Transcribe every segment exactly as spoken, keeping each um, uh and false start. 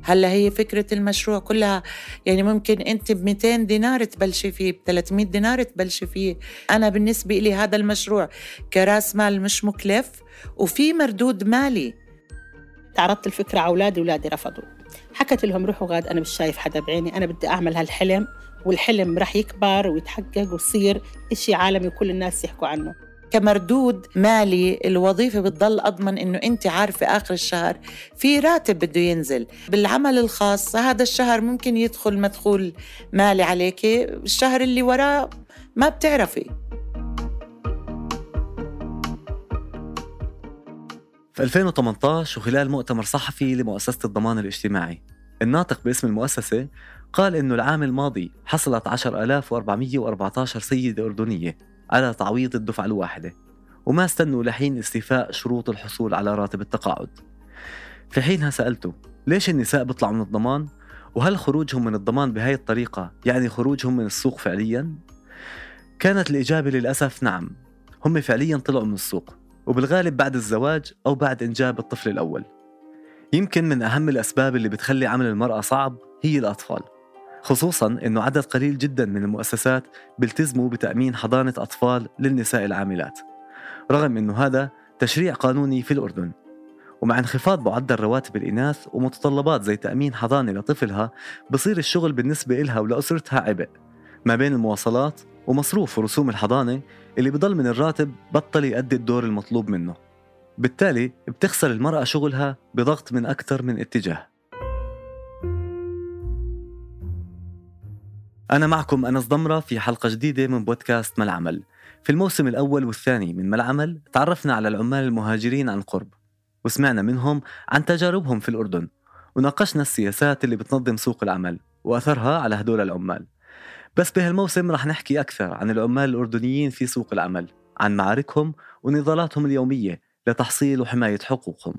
هلا هي فكرة المشروع كلها يعني ممكن أنت ب مئتين دينار تبلشي فيه، ب ثلاثمئة دينار تبلشي فيه. أنا بالنسبة إلي هذا المشروع كراس مال مش مكلف وفي مردود مالي. تعرضت الفكرة على أولادي، أولادي رفضوا. حكت لهم روحوا غاد، أنا مش شايف حدا بعيني، أنا بدي أعمل هالحلم، والحلم رح يكبر ويتحقق ويصير إشي عالمي وكل الناس يحكوا عنه. كمردود مالي الوظيفة بتضل أضمن إنه أنت عارفة آخر الشهر في راتب بده ينزل. بالعمل الخاص هذا الشهر ممكن يدخل مدخول مالي عليك، الشهر اللي وراه ما بتعرفي. في ألفين وثمانية عشر وخلال مؤتمر صحفي لمؤسسة الضمان الاجتماعي، الناطق باسم المؤسسة قال إنه العام الماضي حصلت عشرة آلاف وأربعمئة وأربعة عشر سيدة أردنية على تعويض الدفعة الواحدة، وما استنوا لحين استيفاء شروط الحصول على راتب التقاعد. في حينها سألته ليش النساء بيطلعوا من الضمان؟ وهل خروجهم من الضمان بهاي الطريقة يعني خروجهم من السوق فعلياً؟ كانت الإجابة للأسف نعم، هم فعلياً طلعوا من السوق، وبالغالب بعد الزواج أو بعد إنجاب الطفل الأول. يمكن من أهم الأسباب اللي بتخلي عمل المرأة صعب هي الأطفال، خصوصاً أنه عدد قليل جداً من المؤسسات بيلتزموا بتأمين حضانة أطفال للنساء العاملات، رغم أنه هذا تشريع قانوني في الأردن. ومع انخفاض معدل رواتب الإناث ومتطلبات زي تأمين حضانة لطفلها، بصير الشغل بالنسبة إلها ولأسرتها عبء ما بين المواصلات ومصروف ورسوم الحضانة اللي بضل من الراتب بطل يؤدي الدور المطلوب منه. بالتالي بتخسر المرأة شغلها بضغط من أكثر من اتجاه. أنا معكم أنس ضمرة في حلقة جديدة من بودكاست ملعمل. في الموسم الأول والثاني من ملعمل تعرفنا على العمال المهاجرين عن قرب، وسمعنا منهم عن تجاربهم في الأردن، وناقشنا السياسات اللي بتنظم سوق العمل وأثرها على هدول العمال. بس بهالموسم رح نحكي أكثر عن العمال الأردنيين في سوق العمل، عن معاركهم ونضالاتهم اليومية لتحصيل وحماية حقوقهم.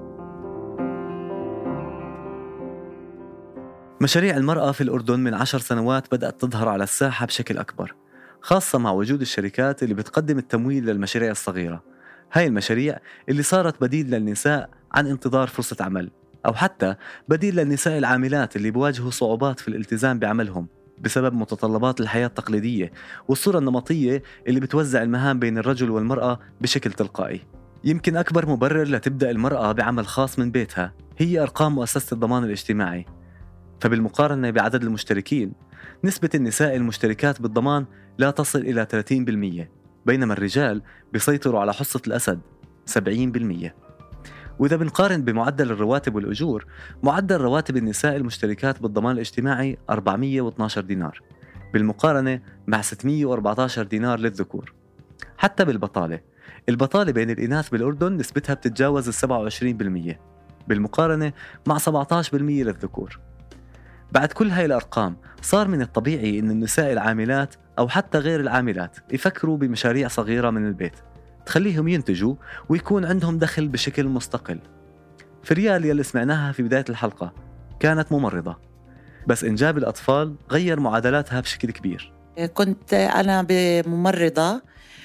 مشاريع المرأة في الأردن من عشر سنوات بدأت تظهر على الساحة بشكل أكبر، خاصة مع وجود الشركات اللي بتقدم التمويل للمشاريع الصغيرة. هاي المشاريع اللي صارت بديل للنساء عن انتظار فرصة عمل، أو حتى بديل للنساء العاملات اللي بواجهوا صعوبات في الالتزام بعملهم بسبب متطلبات الحياة التقليدية والصورة النمطية اللي بتوزع المهام بين الرجل والمرأة بشكل تلقائي. يمكن أكبر مبرر لتبدأ المرأة بعمل خاص من بيتها هي أرقام مؤسسة الضمان الاجتماعي. فبالمقارنة بعدد المشتركين، نسبة النساء المشتركات بالضمان لا تصل إلى ثلاثين بالمئة، بينما الرجال بيسيطروا على حصة الأسد سبعين بالمئة. وإذا بنقارن بمعدل الرواتب والأجور، معدل رواتب النساء المشتركات بالضمان الاجتماعي أربعمئة واثني عشر دينار بالمقارنة مع ستمئة وأربعة عشر دينار للذكور. حتى بالبطالة، البطالة بين الإناث بالأردن نسبتها بتتجاوز السبعة وعشرين بالمئة بالمقارنة مع سبعة عشر بالمئة للذكور. بعد كل هاي الأرقام صار من الطبيعي أن النساء العاملات أو حتى غير العاملات يفكروا بمشاريع صغيرة من البيت تخليهم ينتجوا ويكون عندهم دخل بشكل مستقل. فريال يلي سمعناها في بداية الحلقة كانت ممرضة، بس إنجاب الأطفال غير معادلاتها بشكل كبير. كنت أنا بممرضة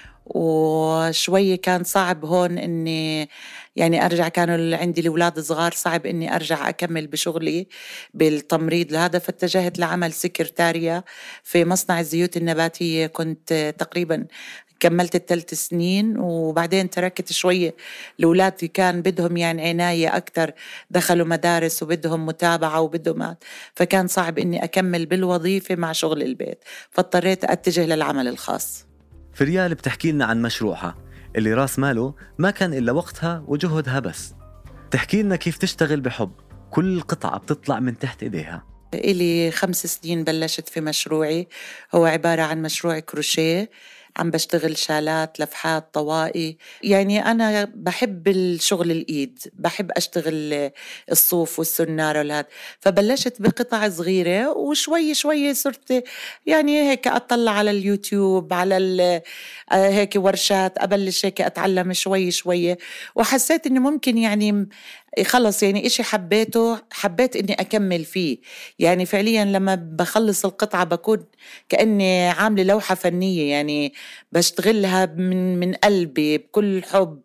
وشوية كان صعب هون إني يعني أرجع، كانوا عندي الأولاد صغار، صعب إني أرجع أكمل بشغلي بالتمريض لهذا، فاتجهت لعمل سكرتارية في مصنع الزيوت النباتية. كنت تقريباً كملت الثلاث سنين وبعدين تركت شوية. الأولاد كان بدهم يعني عناية أكتر، دخلوا مدارس وبدهم متابعة وبدهم، فكان صعب إني أكمل بالوظيفة مع شغل البيت، فاضطريت أتجه للعمل الخاص. فريال بتحكي لنا عن مشروعها اللي راس ماله ما كان إلا وقتها وجهدها بس. تحكي لنا كيف تشتغل بحب، كل قطعة بتطلع من تحت إيديها. إلي خمس سنين بلشت في مشروعي، هو عبارة عن مشروع كروشيه، عم بشتغل شالات، لفحات، طوائي. يعني أنا بحب الشغل الإيد، بحب أشتغل الصوف والسنارة والهاد، فبلشت بقطع صغيرة وشوي شوي صرت يعني هيك أطلع على اليوتيوب، على هيك ورشات، أبلش هيك أتعلم شوي شوي، وحسيت إنه ممكن يعني خلص يعني إشي حبيته، حبيت إني أكمل فيه. يعني فعليا لما بخلص القطعة بكون كأني عاملة لوحة فنية، يعني بشتغلها من من قلبي بكل حب،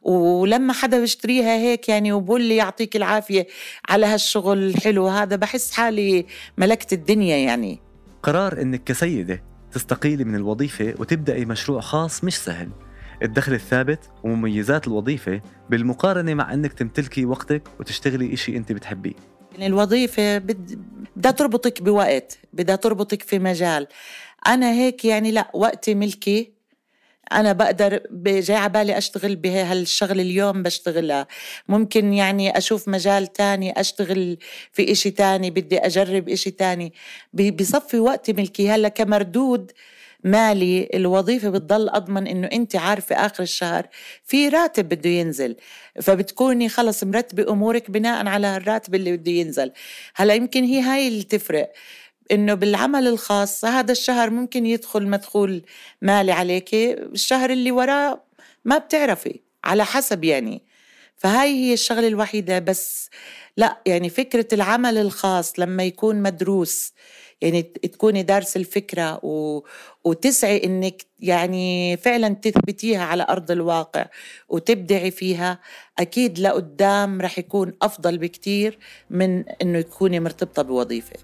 ولما حدا بيشتريها هيك يعني وبقول لي يعطيك العافية على هالشغل الحلو هذا، بحس حالي ملكت الدنيا. يعني قرار إنك كسيدة تستقيلي من الوظيفة وتبدأي مشروع خاص مش سهل. الدخل الثابت ومميزات الوظيفة بالمقارنة مع أنك تمتلكي وقتك وتشتغلي إشي أنت بتحبيه. يعني الوظيفة بدها تربطك بوقت، بدها تربطك في مجال. أنا هيك يعني لا، وقتي ملكي، أنا بقدر جاي عبالي أشتغل بهالشغل اليوم بشتغلها، ممكن يعني أشوف مجال تاني أشتغل في إشي تاني، بدي أجرب إشي تاني، بصفي وقتي ملكي. هلا كمردود مالي الوظيفة بتضل أضمن إنه أنت عارفة آخر الشهر في راتب بده ينزل، فبتكوني خلص مرتبة أمورك بناء على الراتب اللي بده ينزل. هلا يمكن هي هاي اللي تفرق، إنه بالعمل الخاص هذا الشهر ممكن يدخل مدخول مالي عليك، الشهر اللي وراه ما بتعرفي، على حسب يعني. فهاي هي الشغلة الوحيدة. بس لا يعني فكرة العمل الخاص لما يكون مدروس، يعني تكوني دارس الفكرة و... وتسعي إنك يعني فعلا تثبتيها على أرض الواقع وتبدعي فيها، أكيد لقدام رح يكون أفضل بكتير من إنه تكوني مرتبطة بوظيفة.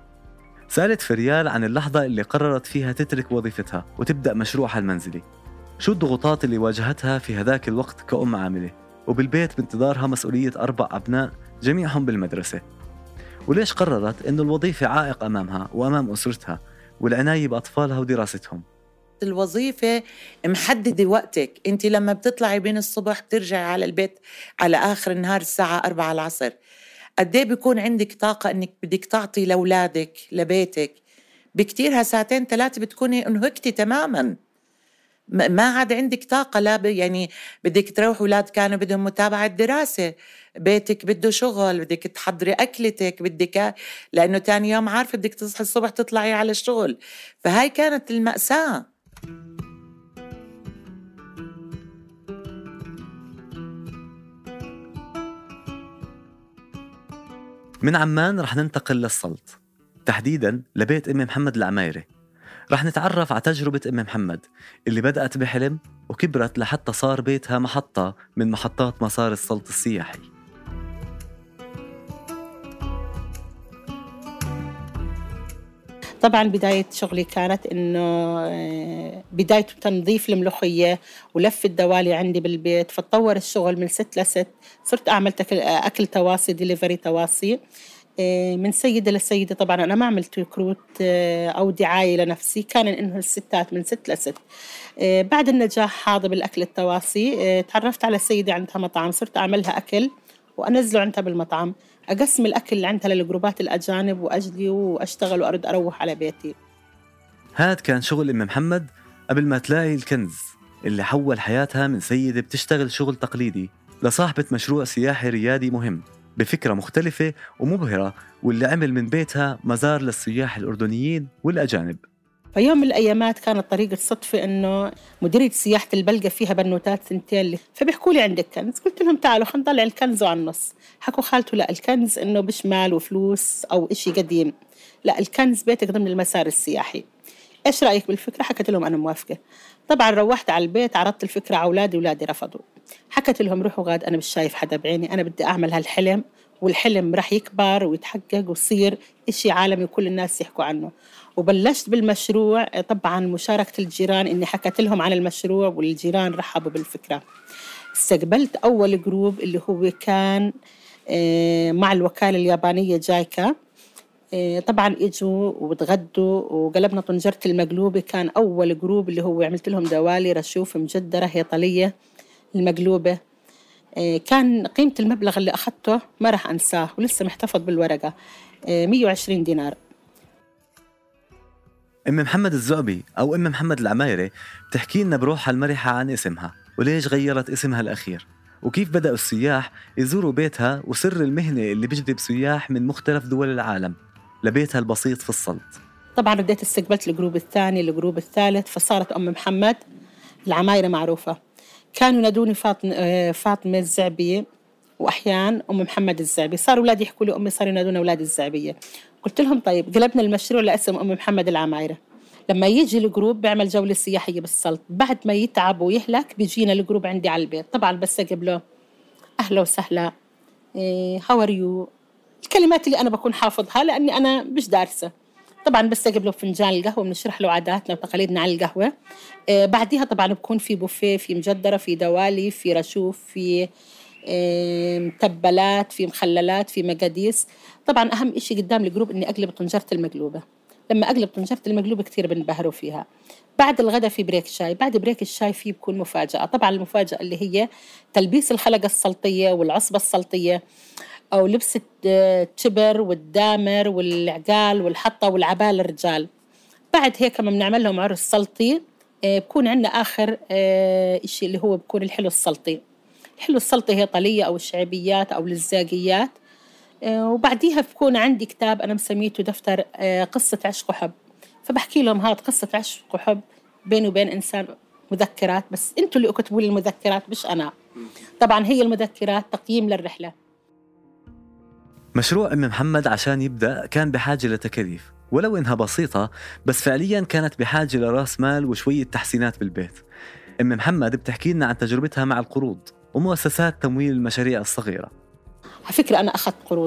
سألت فريال عن اللحظة اللي قررت فيها تترك وظيفتها وتبدأ مشروعها المنزلي. شو الضغوطات اللي واجهتها في هذاك الوقت كأم عاملة وبالبيت بانتظارها مسؤولية أربع أبناء جميعهم بالمدرسة؟ وليش قررت إنه الوظيفة عائق أمامها وأمام أسرتها والعناية بأطفالها ودراستهم؟ الوظيفة محددة وقتك، انت لما بتطلعي بين الصبح بترجعي على البيت على آخر النهار الساعة أربعة العصر. قديه بيكون عندك طاقة انك بدك تعطي لأولادك لبيتك؟ بكتيرها ساعتين ثلاثة بتكوني انهكتي تماما، ما عاد عندك طاقة. لا يعني بدك تروح، أولاد كانوا بدهم متابعة دراسة، بيتك بده شغل، بدك تحضري أكلتك، بدك لأنه تاني يوم عارفة بدك تصحي الصبح تطلعي على الشغل. فهاي كانت المأساة. من عمان رح ننتقل للسلط، تحديداً لبيت أم محمد العمايرة. رح نتعرف على تجربة أم محمد اللي بدأت بحلم وكبرت لحتى صار بيتها محطة من محطات مسار السلط السياحي. طبعا بداية شغلي كانت إنه بداية تنظيف الملوخية ولف الدوالي عندي بالبيت، فتطور الشغل من ست لست. صرت أعمل أكل تواصي، ديليفري تواصي من سيدة لسيدة. طبعا أنا ما عملت ريكروت أو دعاية لنفسي، كان إنه الستات من ست لست. بعد النجاح هذا بالأكل التواصي تعرفت على سيدة عندها مطعم، صرت أعملها أكل وأنزله عندها بالمطعم، أقسم الأكل اللي عندها للجروبات الأجانب وأجلي وأشتغل وأرد أروح على بيتي. هاد كان شغل أم محمد قبل ما تلاقي الكنز اللي حول حياتها من سيدة بتشتغل شغل تقليدي لصاحبة مشروع سياحي ريادي مهم بفكرة مختلفة ومبهرة، واللي عمل من بيتها مزار للسياح الأردنيين والأجانب. فيوم من الأيامات كانت طريقة صدفة إنه مديرية سياحة البلقة فيها بنوتات سنتين، فبيحكوا لي عندك كنز؟ قلت لهم تعالوا خلينا نطلع الكنز على النص. حكوا خالته لا، الكنز إنه بشمال وفلوس أو إشي قديم، لا الكنز بيتك ضمن المسار السياحي. إيش رأيك بالفكرة؟ حكت لهم أنا موافقة. طبعا روحت على البيت عرضت الفكرة على أولادي، أولادي رفضوا. حكت لهم روحوا غاد، أنا مش شايف حدا بعيني، أنا بدي أعمل هالحلم، والحلم رح يكبر ويتحقق ويصير إشي عالمي وكل الناس يحكوا عنه. وبلشت بالمشروع. طبعا مشاركة الجيران، إني حكت لهم عن المشروع والجيران رحبوا بالفكرة. استقبلت أول جروب اللي هو كان مع الوكالة اليابانية جايكا. طبعا إجوا وتغدوا وقلبنا طنجرة المقلوبة. كان أول جروب اللي هو عملت لهم دوالي رشوف مجدرة هيطلية المقلوبة. كان قيمة المبلغ اللي أخذته ما راح أنساه ولسه محتفظ بالورقة، مية وعشرين دينار. أم محمد الزعبي أو أم محمد العمايرة بتحكي لنا بروحها المرحة عن اسمها وليش غيرت اسمها الأخير، وكيف بدأوا السياح يزوروا بيتها، وسر المهنة اللي بيجذب سياح من مختلف دول العالم لبيتها البسيط في السلط. طبعا بديت استقبلت الجروب الثاني الجروب الثالث، فصارت أم محمد العمايرة معروفة. كانوا ينادوني فاطمة فاطمة الزعبية، وأحيان أم محمد الزعبي. صاروا أولادي يحكوا لي أمي، صاروا ينادون أولاد الزعبية. قلت لهم طيب، قلبنا المشروع لاسم أم محمد العمايرة. لما يجي الجروب بيعمل جولة سياحية بالسلط، بعد ما يتعب ويهلك بيجينا الجروب عندي على البيت. طبعا بستجيب له أهلا وسهلا، هاو ار يو، الكلمات اللي أنا بكون حافظها لأني أنا مش دارسة. طبعا بستجيب له فنجان القهوة، بنشرح له عاداتنا وتقاليدنا على القهوة. آه بعديها طبعا بكون في بوفيه، في مجدرة، في دوالي، في رشوف، في آه متبلات، في مخللات، في مقاديس. طبعا أهم إشي قدام الجروب إني أقلب طنجرة المقلوبة. لما أقلب طنجرة المقلوبة كتير بنبهروا فيها. بعد الغداء في بريك شاي، بعد بريك الشاي فيه بكون مفاجأة. طبعا المفاجأة اللي هي تلبيس الخلقة السلطية والعصبة السلطية، أو لبس التبر والدامر والعقال والحطة والعباء للرجال. بعد هيك ما بنعمل لهم عرس سلطي. بكون عندنا آخر إشي اللي هو بكون الحلو السلطي. الحلو السلطي هي طلية أو الشعبيات أو الزاقيات. وبعديها بكون عندي كتاب أنا مسميته دفتر قصة عشق وحب، فبحكي لهم هاد قصة عشق وحب بيني وبين إنسان، مذكرات، بس أنتوا اللي اكتبوا لي المذكرات مش أنا. طبعا هي المذكرات تقييم للرحلة. مشروع أم محمد عشان يبدأ كان بحاجة لتكاليف، ولو إنها بسيطة بس فعلياً كانت بحاجة لرأس مال وشوية تحسينات بالبيت. أم محمد بتحكي لنا عن تجربتها مع القروض ومؤسسات تمويل المشاريع الصغيرة. على فكرة أنا أخذت قروض،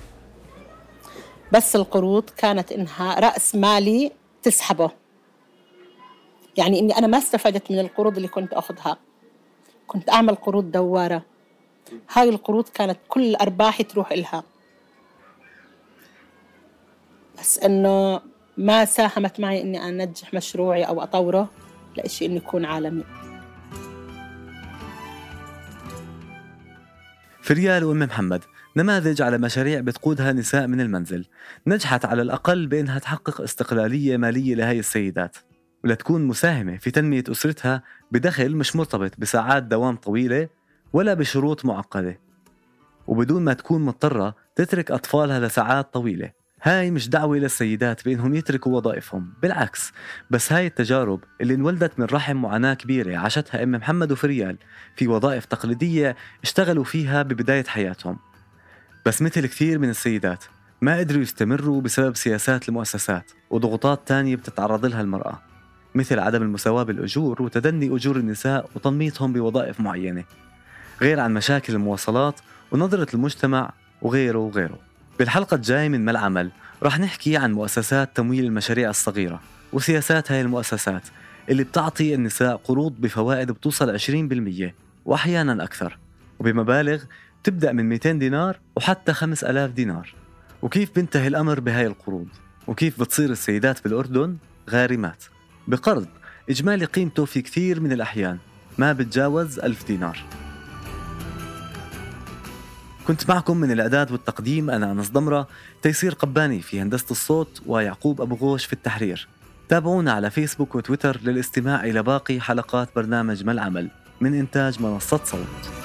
بس القروض كانت إنها رأس مالي تسحبه، يعني إني أنا ما استفدت من القروض اللي كنت أخذها. كنت أعمل قروض دوارة، هاي القروض كانت كل أرباحي تروح إلها، بس إنه ما ساهمت معي إني أنجح مشروعي أو أطوره لإشي إني يكون عالمي. فريال وأم محمد نماذج على مشاريع بتقودها نساء من المنزل، نجحت على الأقل بأنها تحقق استقلالية مالية لهاي السيدات، ولتكون مساهمة في تنمية أسرتها بدخل مش مرتبط بساعات دوام طويلة ولا بشروط معقدة، وبدون ما تكون مضطرة تترك أطفالها لساعات طويلة. هاي مش دعوة للسيدات بأنهم يتركوا وظائفهم، بالعكس، بس هاي التجارب اللي انولدت من رحم معاناة كبيرة عاشتها أم محمد وفريال في وظائف تقليدية اشتغلوا فيها ببداية حياتهم، بس مثل كثير من السيدات ما قدروا يستمروا بسبب سياسات المؤسسات وضغوطات تانية بتتعرض لها المرأة، مثل عدم المساواة بالأجور وتدني أجور النساء وتنميطهم بوظائف معينة، غير عن مشاكل المواصلات ونظرة المجتمع وغيره وغيره. بالحلقة الجاي من ما العمل رح نحكي عن مؤسسات تمويل المشاريع الصغيرة وسياسات هاي المؤسسات اللي بتعطي النساء قروض بفوائد بتوصل عشرين بالمية وأحيانا أكثر، وبمبالغ تبدأ من مئتين دينار وحتى خمس ألاف دينار، وكيف بينتهي الأمر بهاي القروض، وكيف بتصير السيدات بالأردن غارمات بقرض إجمالي قيمته في كثير من الأحيان ما بتجاوز ألف دينار. كنت معكم من الإعداد والتقديم أنا أنس ضمرة، تيسير قباني في هندسة الصوت، ويعقوب أبو غوش في التحرير. تابعونا على فيسبوك وتويتر للاستماع إلى باقي حلقات برنامج ما العمل من إنتاج منصة صوت.